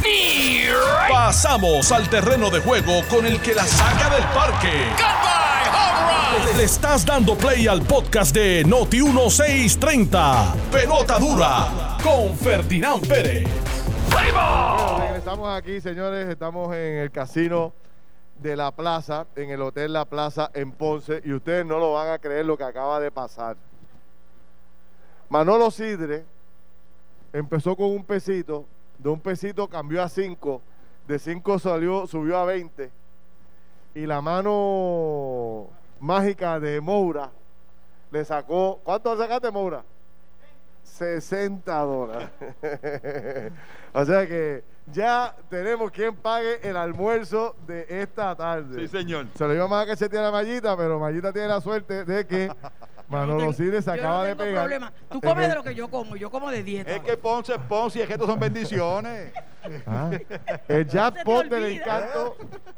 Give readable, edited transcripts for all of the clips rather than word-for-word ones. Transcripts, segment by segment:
Pasamos al terreno de juego con el que la saca del parque. Le estás dando play al podcast de Noti 1630. Pelota dura con Ferdinand Pérez. Bueno, regresamos aquí, señores. Estamos en el casino de La Plaza, en el Hotel La Plaza en Ponce, y ustedes no lo van a creer lo que acaba de pasar. Manolo Sidre empezó con un pesito, de un pesito cambió a 5, de 5 subió a 20, y la mano mágica de Moura le sacó, ¿cuánto le sacaste, Moura? $60. O sea que ya tenemos quien pague el almuerzo de esta tarde. Sí, señor. Se lo iba más a que se tiene a Mayita, pero Mayita tiene la suerte de que Manolo Sidre se acaba de pegar. Problema. Tú comes de lo que yo como de dieta. Es que Ponce es Ponce y es que estos son bendiciones. El jackpot del encanto,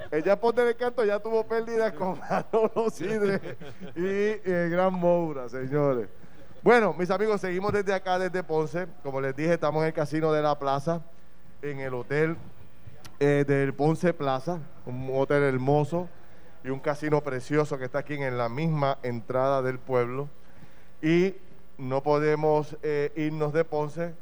ya tuvo pérdidas con Manolo Sidre y el gran Moura, señores. Bueno, mis amigos, seguimos desde acá, desde Ponce. Como les dije, estamos en el casino de La Plaza, en el hotel del Ponce Plaza, un hotel hermoso y un casino precioso que está aquí en la misma entrada del pueblo. Y no podemos irnos de Ponce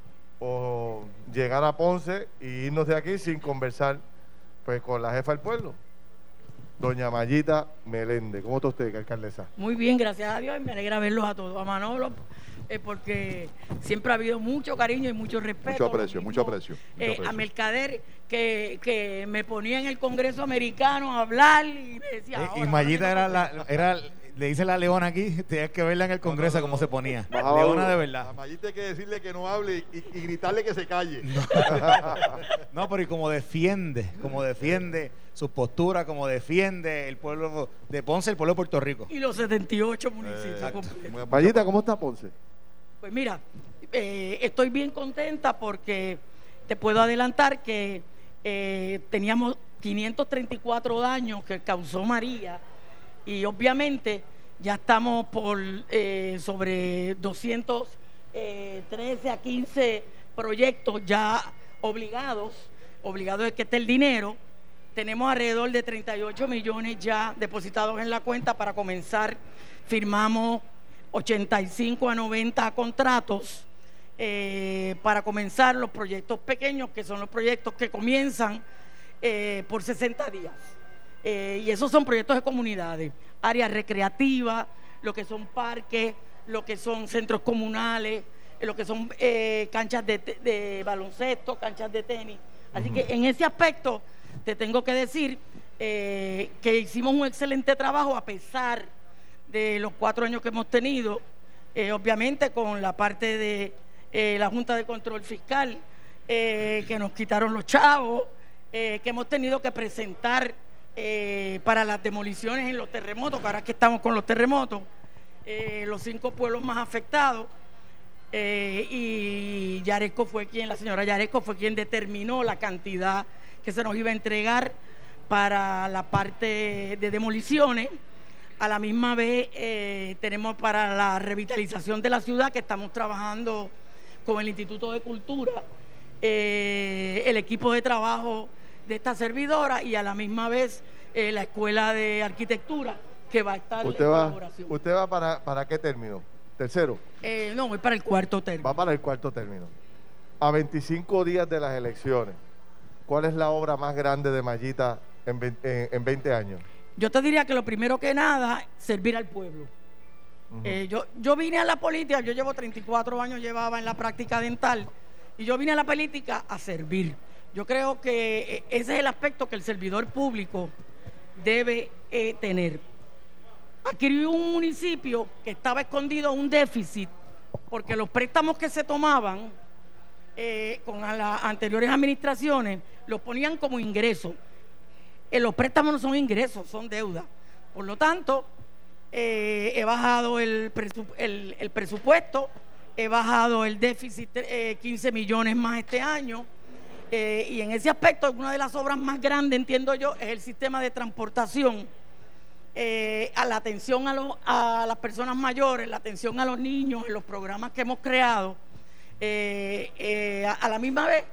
o llegar a Ponce y irnos de aquí sin conversar pues con la jefa del pueblo, doña Mayita Meléndez. ¿Cómo está usted, alcaldesa? Muy bien, gracias a Dios, y me alegra verlos a todos. A Manolo, porque siempre ha habido mucho cariño y mucho respeto. Mucho aprecio. A Mercader, que me ponía en el Congreso americano a hablar y me decía... y Mayita le dice la leona aquí, tienes que verla en el Congreso cómo se ponía. Leona de verdad. A Mayita hay que decirle que no hable y gritarle que se calle. No, pero y como defiende su postura, como defiende el pueblo de Ponce, el pueblo de Puerto Rico. Y los 78 municipios completos. Mayita, ¿cómo está Ponce? Pues mira, estoy bien contenta porque te puedo adelantar que teníamos 534 daños que causó María y obviamente ya estamos por sobre 213 a 15 proyectos ya obligados es que esté el dinero. Tenemos alrededor de 38 millones ya depositados en la cuenta para comenzar. Firmamos 85 a 90 contratos para comenzar los proyectos pequeños, que son los proyectos que comienzan por 60 días. Y esos son proyectos de comunidades, áreas recreativas, lo que son parques, lo que son centros comunales, lo que son canchas de baloncesto, canchas de tenis. Así que en ese aspecto te tengo que decir que hicimos un excelente trabajo a pesar de los 4 años que hemos tenido, obviamente con la parte de la Junta de Control Fiscal, que nos quitaron los chavos, que hemos tenido que presentar para las demoliciones en los terremotos, que ahora que estamos con los terremotos, los 5 pueblos más afectados, y la señora Yaresco fue quien determinó la cantidad que se nos iba a entregar para la parte de demoliciones. A la misma vez tenemos para la revitalización de la ciudad, que estamos trabajando con el Instituto de Cultura, el equipo de trabajo de esta servidora, y a la misma vez la Escuela de Arquitectura, que va a estar en colaboración. ¿Usted va para qué término? ¿Tercero? No, voy para el 4º término. Va para el 4º término. A 25 días de las elecciones, ¿cuál es la obra más grande de Mayita en 20 años? Yo te diría que lo primero que nada, servir al pueblo. Yo vine a la política, yo llevo 34 años, llevaba en la práctica dental, y yo vine a la política a servir. Yo creo que ese es el aspecto que el servidor público debe tener. Aquí hubo un municipio que estaba escondido un déficit, porque los préstamos que se tomaban con las anteriores administraciones los ponían como ingresos. Los préstamos no son ingresos, son deuda. Por lo tanto, he bajado el presupuesto, he bajado el déficit 15 millones más este año. Y en ese aspecto, una de las obras más grandes, entiendo yo, es el sistema de transportación, a la atención a las personas mayores, la atención a los niños, en los programas que hemos creado. A la misma vez,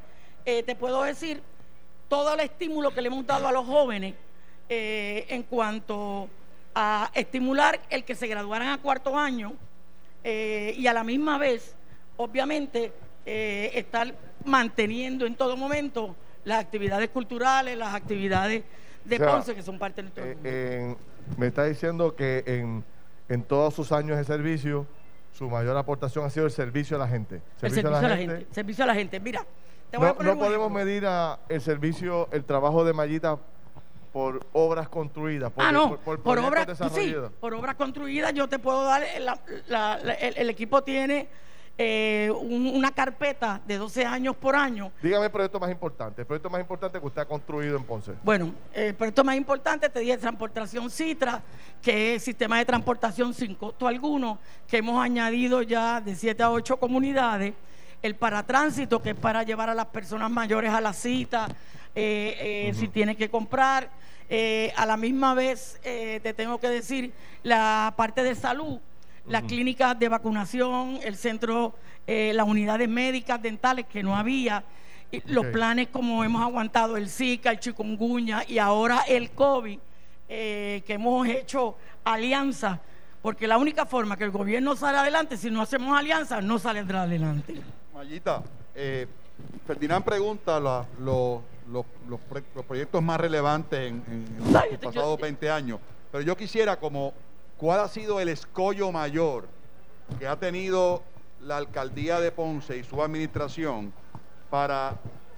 te puedo decir todo el estímulo que le hemos dado a los jóvenes en cuanto a estimular el que se graduaran a cuarto año y a la misma vez, obviamente, estar manteniendo en todo momento las actividades culturales, las actividades de Ponce, que son parte de nuestro mundo. Me está diciendo que en todos sus años de servicio, su mayor aportación ha sido el servicio a la gente. Servicio a la gente. Mira, te voy a poner no podemos medir el servicio, el trabajo de Mayita por obras construidas, por obras desarrolladas. Sí, por obras construidas yo te puedo dar, el equipo tiene una carpeta de 12 años por año. Dígame el proyecto más importante que usted ha construido en Ponce. Bueno, el proyecto más importante, te dije, Transportación Citra, que es sistema de transportación sin costo alguno, que hemos añadido ya de 7 a 8 comunidades. El paratránsito, que es para llevar a las personas mayores a la cita, si tienen que comprar. A la misma vez, te tengo que decir, la parte de salud, las clínicas de vacunación, el centro, las unidades médicas, dentales, que no había, los planes como hemos aguantado, el Zika, el chikungunya y ahora el COVID, que hemos hecho alianzas, porque la única forma que el gobierno sale adelante, si no hacemos alianzas, no saldrá adelante. Mayita, Ferdinand pregunta los proyectos más relevantes en los pasados 20 años, pero yo quisiera ¿cuál ha sido el escollo mayor que ha tenido la alcaldía de Ponce y su administración para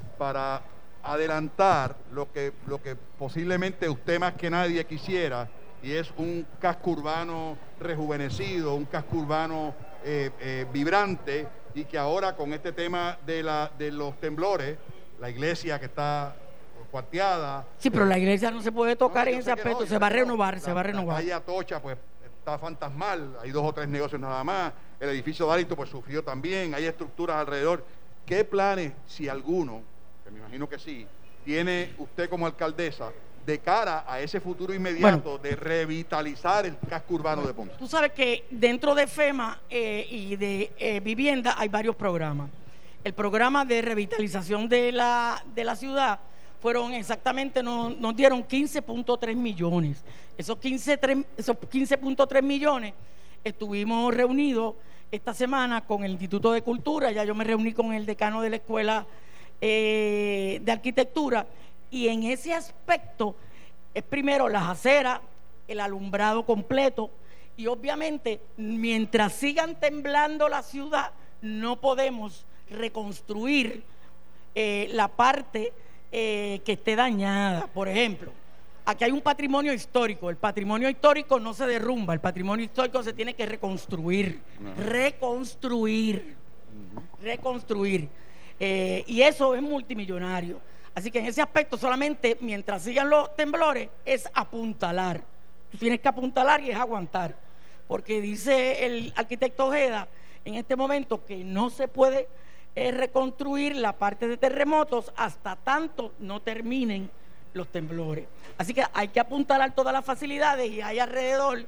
adelantar lo que posiblemente usted más que nadie quisiera, y es un casco urbano rejuvenecido, un casco urbano vibrante, y que ahora con este tema de los temblores, la iglesia que está cuarteada. Sí, pero la iglesia no se puede tocar en ese aspecto, se va a renovar, se va a renovar. La calle Atocha, pues, está fantasmal, hay 2 o 3 negocios nada más, el edificio Darito, pues, sufrió también, hay estructuras alrededor. ¿Qué planes, si alguno, que me imagino que sí, tiene usted como alcaldesa de cara a ese futuro inmediato de revitalizar el casco urbano de Ponce? Tú sabes que dentro de FEMA y de vivienda hay varios programas. El programa de revitalización de la ciudad fueron exactamente, nos dieron 15.3 millones. Esos 15.3 millones estuvimos reunidos esta semana con el Instituto de Cultura, ya yo me reuní con el decano de la Escuela de Arquitectura, y en ese aspecto es primero las aceras, el alumbrado completo, y obviamente mientras sigan temblando la ciudad no podemos reconstruir la parte que esté dañada. Por ejemplo, aquí hay un patrimonio histórico. El patrimonio histórico no se derrumba, el patrimonio histórico se tiene que reconstruir. Reconstruir. Y eso es multimillonario. Así que en ese aspecto solamente mientras sigan los temblores es apuntalar. Tú tienes que apuntalar y es aguantar. Porque dice el arquitecto Ojeda en este momento que no se puede reconstruir la parte de terremotos hasta tanto no terminen los temblores. Así que hay que apuntalar todas las facilidades, y hay alrededor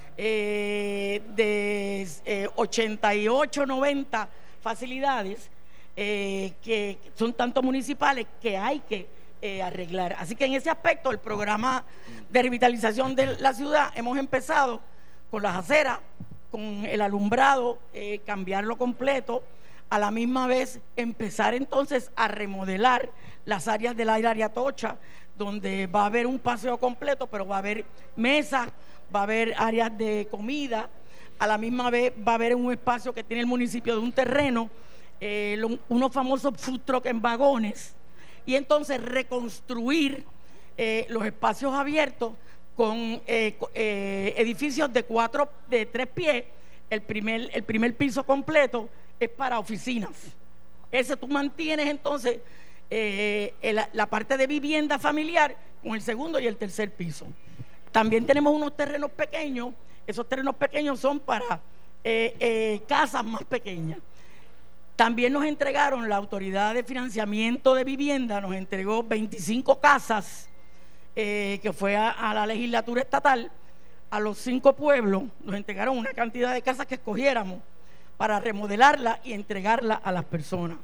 de 88, 90 facilidades que son tanto municipales que hay que arreglar. Así que en ese aspecto el programa de revitalización de la ciudad hemos empezado con las aceras, con el alumbrado, cambiarlo completo, a la misma vez empezar entonces a remodelar las áreas del área Atocha, donde va a haber un paseo completo, pero va a haber mesas, va a haber áreas de comida, a la misma vez va a haber un espacio que tiene el municipio de un terreno, unos famosos food truck en vagones, y entonces reconstruir los espacios abiertos con edificios de 3 pies. El primer piso completo es para oficinas. Ese tú mantienes entonces la parte de vivienda familiar con el segundo y el tercer piso. También tenemos unos terrenos pequeños. Esos terrenos pequeños son para casas más pequeñas. También nos entregaron, la Autoridad de Financiamiento de Vivienda nos entregó 25 casas que fue a la legislatura estatal, a los 5 pueblos. Nos entregaron una cantidad de casas que escogiéramos para remodelarla y entregarla a las personas.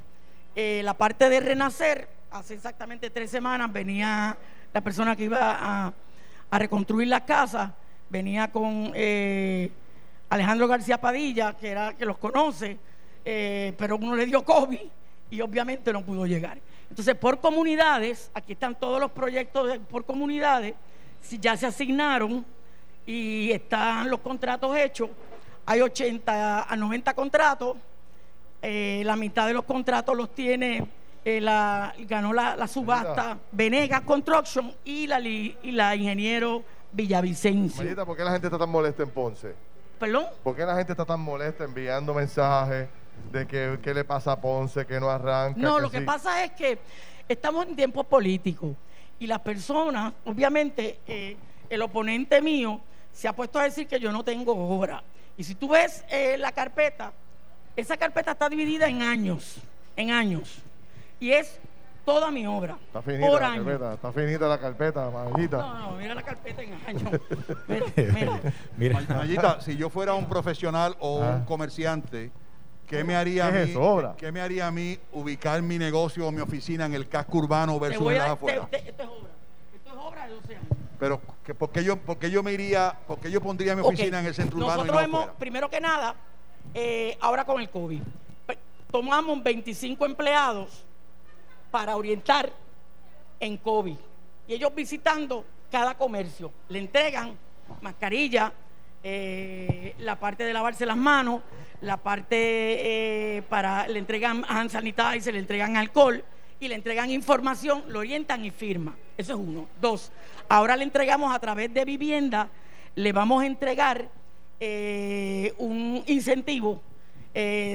La parte de Renacer, hace exactamente 3 semanas venía la persona que iba a reconstruir las casas, venía con Alejandro García Padilla, que los conoce, pero uno le dio COVID y obviamente no pudo llegar. Entonces, por comunidades, aquí están todos los proyectos por comunidades, ya se asignaron y están los contratos hechos. Hay 80 a 90 contratos. La mitad de los contratos los tiene, ganó la subasta Venegas Construction y la ingeniero Villavicencio. Mayita, ¿por qué la gente está tan molesta en Ponce? ¿Perdón? ¿Por qué la gente está tan molesta enviando mensajes de que qué le pasa a Ponce, que no arranca? No, lo que pasa es que estamos en tiempos políticos y las personas, obviamente, el oponente mío se ha puesto a decir que yo no tengo obra. Y si tú ves la carpeta, esa carpeta está dividida en años, y es toda mi obra. Está finita por la año. carpeta, está finita la carpeta, Mayita. No, mira la carpeta en años. Mira. Mayita, si yo fuera un profesional o un comerciante, ¿qué me haría a ¿Qué es mí? eso, obra? ¿Qué me haría a mí ubicar mi negocio o mi oficina en el casco urbano versus en las afueras? Esto es obra de 12 años. Pero, ¿por qué yo me iría, por qué yo pondría mi oficina en el centro urbano y no afuera? Primero que nada, ahora con el COVID, tomamos 25 empleados para orientar en COVID. Y ellos visitando cada comercio, le entregan mascarilla, la parte de lavarse las manos, la parte le entregan hand sanitizer, le entregan alcohol y le entregan información, lo orientan y firma. Eso es 1. 2, ahora le entregamos a través de vivienda, le vamos a entregar un incentivo de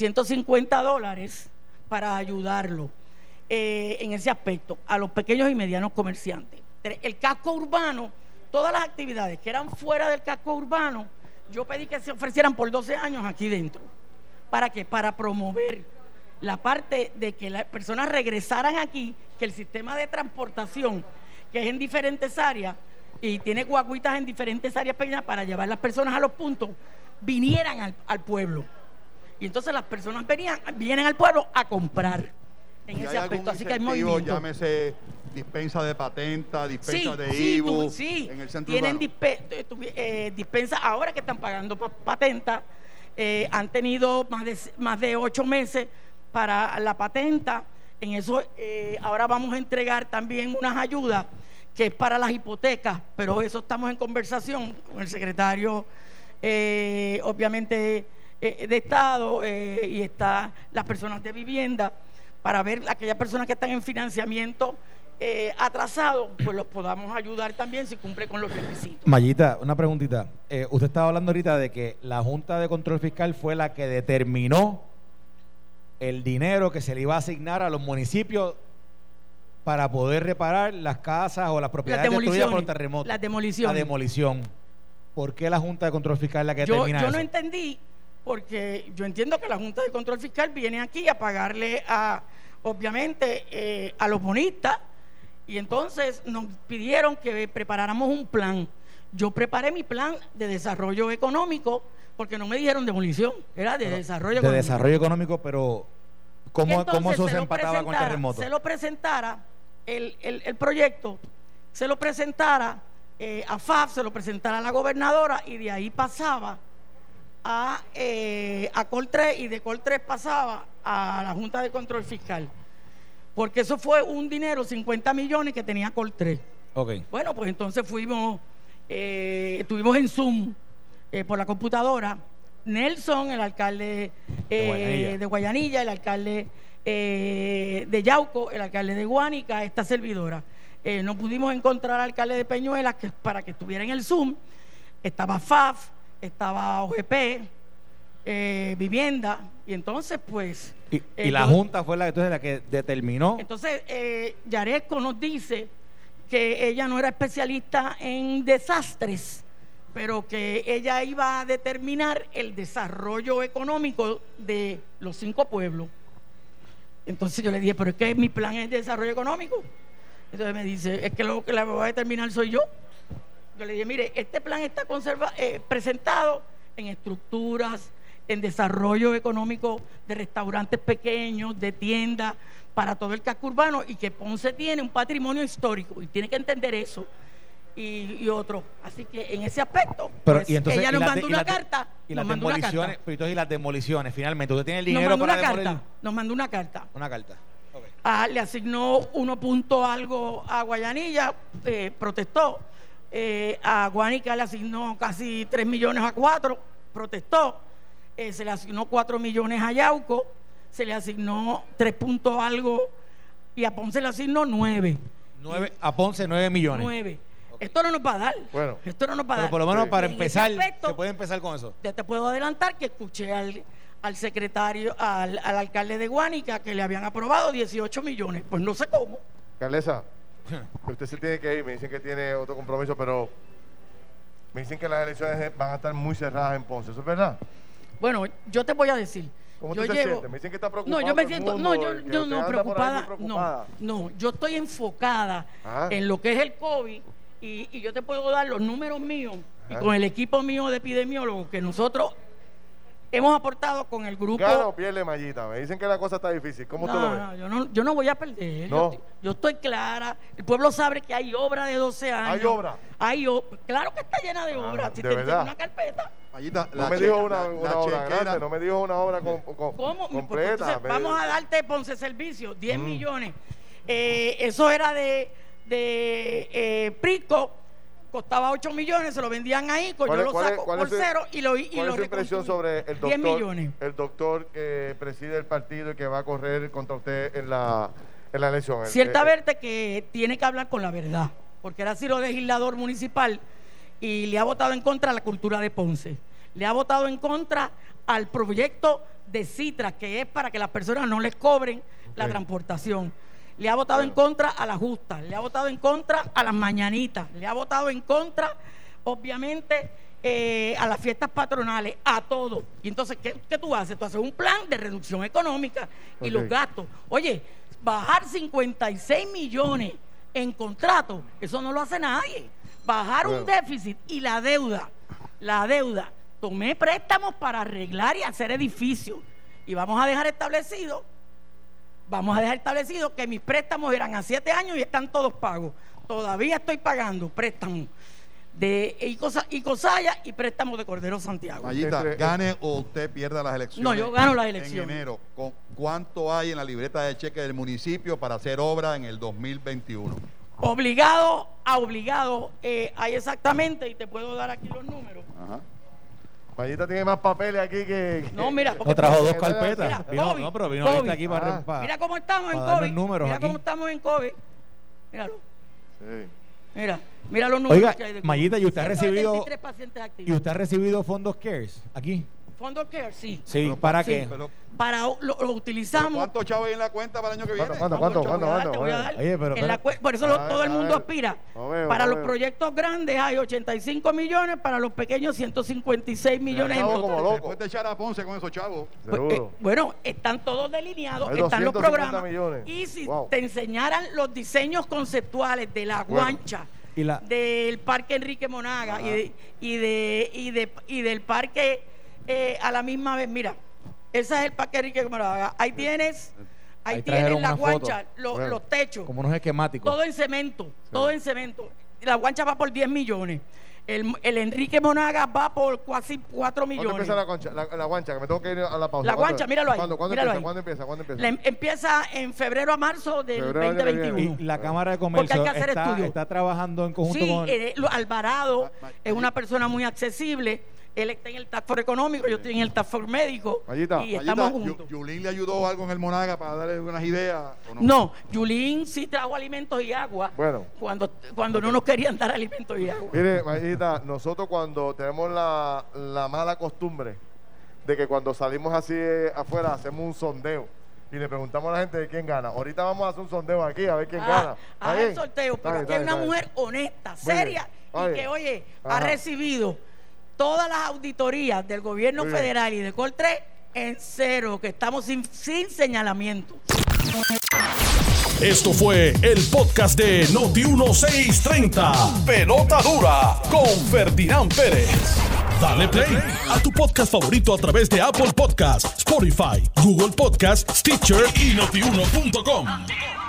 $750 para ayudarlo en ese aspecto a los pequeños y medianos comerciantes. El casco urbano, todas las actividades que eran fuera del casco urbano, yo pedí que se ofrecieran por 12 años aquí dentro. ¿Para qué? Para promover la parte de que las personas regresaran aquí, que el sistema de transportación, que es en diferentes áreas, y tiene guaguitas en diferentes áreas pequeñas para llevar las personas a los puntos, vinieran al pueblo. Y entonces las personas vienen al pueblo a comprar en ese aspecto. Así que hay movimiento. Llámese dispensa de patenta, dispensa de IBU, en el centro tienen urbano. dispensa ahora que están pagando patenta. Han tenido más de 8 meses para la patenta. En eso ahora vamos a entregar también unas ayudas que es para las hipotecas, pero eso estamos en conversación con el secretario obviamente de Estado y está las personas de vivienda para ver aquellas personas que están en financiamiento atrasado, pues los podamos ayudar también si cumple con los requisitos. Mayita, una preguntita. Usted estaba hablando ahorita de que la Junta de Control Fiscal fue la que determinó el dinero que se le iba a asignar a los municipios para poder reparar las casas o las propiedades destruidas por el terremoto. La demolición. ¿Por qué la Junta de Control Fiscal es la que determina eso? Yo no entendí, porque yo entiendo que la Junta de Control Fiscal viene aquí a pagarle obviamente a los bonistas, y entonces nos pidieron que preparáramos un plan. Yo preparé mi plan de desarrollo económico, porque no me dijeron demolición, era de desarrollo económico. De desarrollo económico, pero ¿cómo eso se empataba con el terremoto? Se lo presentara el proyecto, se lo presentara a FAF, se lo presentara a la gobernadora, y de ahí pasaba a Col 3, y de Col 3 pasaba a la Junta de Control Fiscal, porque eso fue un dinero, 50 millones que tenía Col 3. Okay. Bueno, pues entonces estuvimos en Zoom por la computadora. Nelson, el alcalde de Guayanilla, el alcalde de Yauco, el alcalde de Guánica, esta servidora. No pudimos encontrar al alcalde de Peñuelas para que estuviera en el Zoom. Estaba FAF, estaba OGP, Vivienda, y entonces pues... Y la Junta fue la que determinó. Entonces Yaresco nos dice que ella no era especialista en desastres, pero que ella iba a determinar el desarrollo económico de los 5 pueblos. Entonces yo le dije, pero es que mi plan es de desarrollo económico. Entonces me dice, es que lo que la voy a determinar soy yo. Yo le dije, mire, este plan está presentado en estructuras, en desarrollo económico de restaurantes pequeños, de tiendas, para todo el casco urbano, y que Ponce tiene un patrimonio histórico y tiene que entender eso y otro. Así que en ese aspecto, pero, pues, y entonces, ella nos mandó una carta. Y las demoliciones, pero entonces, y las demoliciones, finalmente, ¿usted tiene el dinero nos mandó para una demoler? carta, nos mandó una carta. Una carta. Okay. Le asignó 1 punto algo a Guayanilla, protestó. A Guánica le asignó casi 3 millones a 4, protestó. Se le asignó 4 millones a Yauco, se le asignó 3 punto algo, y a Ponce le asignó 9. A Ponce 9 millones. 9. Esto no nos va a dar. Bueno, esto no nos va a pero dar. por lo menos para En empezar, ese aspecto, se puede empezar con eso. ya te puedo adelantar que escuché al secretario, al alcalde de Guánica, que le habían aprobado 18 millones. Pues no sé cómo. Alcaldesa, usted se tiene que ir. Me dicen que tiene otro compromiso, pero me dicen que las elecciones van a estar muy cerradas en Ponce. ¿Eso es verdad? Bueno, yo te voy a decir. ¿Cómo yo usted se llevo, siente? Me dicen que está preocupada. no, yo me todo el siento, mundo, no, que yo usted no, anda por ahí preocupada, muy preocupada. no, yo estoy enfocada Ajá. en lo que es el COVID, y yo te puedo dar los números míos, y Ajá. con el equipo mío de epidemiólogos que nosotros hemos aportado con el grupo. ¿Gana o pierde, Mayita? Me dicen que la cosa está difícil. ¿Cómo tú lo ves? Yo no voy a perder. No. Yo estoy clara. El pueblo sabe que hay obra de 12 años. ¿Hay obra? Claro que está llena de obras. Si ¿de te verdad? una carpeta. Mayita, No la me dijo cheque- una la obra chequera- grande, no me dijo una obra ¿Cómo? Porque completa. entonces vamos a darte Ponce Servicio, 10 millones. Eso era de Prisco, costaba 8 millones, se lo vendían ahí, yo lo saco por cero y lo ¿Cuál es su impresión sobre el 10 doctor, millones. el doctor que preside el partido y que va a correr contra usted en la elección? Ciertamente que tiene que hablar con la verdad, porque era sido legislador municipal y le ha votado en contra a la cultura de Ponce. Le ha votado en contra al proyecto de Citra, que es para que las personas no les cobren la transportación. Le ha votado en contra a la justa, le ha votado en contra a las mañanitas, le ha votado en contra, obviamente, a las fiestas patronales, a todo. Y entonces, ¿qué tú haces? Tú haces un plan de reducción económica y los gastos. Oye, bajar 56 millones en contrato, eso no lo hace nadie. Bajar un déficit y la deuda. Tomé préstamos para arreglar y hacer edificios. Y vamos a dejar establecido que mis préstamos eran a 7 años y están todos pagos. Todavía estoy pagando préstamos de Icosaya y préstamos de Cordero Santiago. Mayita, gane o usted pierda las elecciones. No, yo gano las elecciones. En enero, ¿cuánto hay en la libreta de cheque del municipio para hacer obra en el 2021? Obligado, hay exactamente, y te puedo dar aquí los números. Ajá. Mayita tiene más papeles aquí que... No, mira, O trajo 2 Mira, carpetas. COVID, No, pero vino COVID. ahorita aquí para... Mira cómo estamos en para darnos COVID. números Mira aquí. cómo estamos en COVID. Míralo. Sí. Mira los números Oiga, que hay de COVID. Mayita, ¿y usted ha recibido 173 pacientes activos. ¿Y usted ha recibido fondos CARES aquí? Fondo Care, sí. Sí, Pero, ¿para sí, qué? Pero, Lo utilizamos. ¿cuántos chavos hay en la cuenta para el año que viene? ¿Cuánto? Te voy a dar. Oye, pero En la por eso todo el mundo aspira. Para los proyectos grandes hay 85 millones, para los pequeños 156 millones en Chavos total. como loco. Después de echar a Ponce con esos chavos. Pues, Seguro. bueno, están todos delineados, Hay están los 250 programas. millones. Y si Wow. te enseñaran los diseños conceptuales de la Bueno. guancha, Y la- del Parque Enrique Monaga y del parque a la misma vez, mira, ese es el Parque Enrique Monaga. Ahí tienes Ahí trajeron la una foto. guancha, los techos, Como unos esquemáticos. todo en cemento, todo en cemento. La guancha va por 10 millones. El Enrique Monaga va por casi 4 ¿Cuándo millones. empieza la guancha? Que me tengo que ir a la pausa. La guancha, míralo ahí. ¿Cuándo míralo empieza? ahí. ¿Cuándo empieza? Empieza en febrero a marzo del Febrero del año que 2021. Y la Cámara de Porque Comercio hay que hacer estudios. está trabajando en conjunto Sí, con... Alvarado es una persona muy accesible. Él está en el Task Force económico, yo estoy en el Task Force médico. Mayita, y estamos juntos. ¿Yulín le ayudó algo en el Monaga para darle unas ideas? ¿O no? No, Yulín sí trajo alimentos y agua Bueno. cuando no nos querían dar alimentos y agua. Mire, Mayita, nosotros cuando tenemos la mala costumbre de que cuando salimos así afuera hacemos un sondeo y le preguntamos a la gente de quién gana. Ahorita vamos a hacer un sondeo aquí a ver quién gana. ¿Está Haz bien? el sorteo, Está pero bien, aquí hay está una bien, mujer honesta, Muy seria, bien. y que, oye, ha Ajá. recibido todas las auditorías del gobierno Muy bien. federal y de Col3 en cero, que estamos sin señalamiento. Esto fue el podcast de Noti 1630. Pelota dura con Ferdinand Pérez. Dale play a tu podcast favorito a través de Apple Podcasts, Spotify, Google Podcasts, Stitcher y Notiuno.com.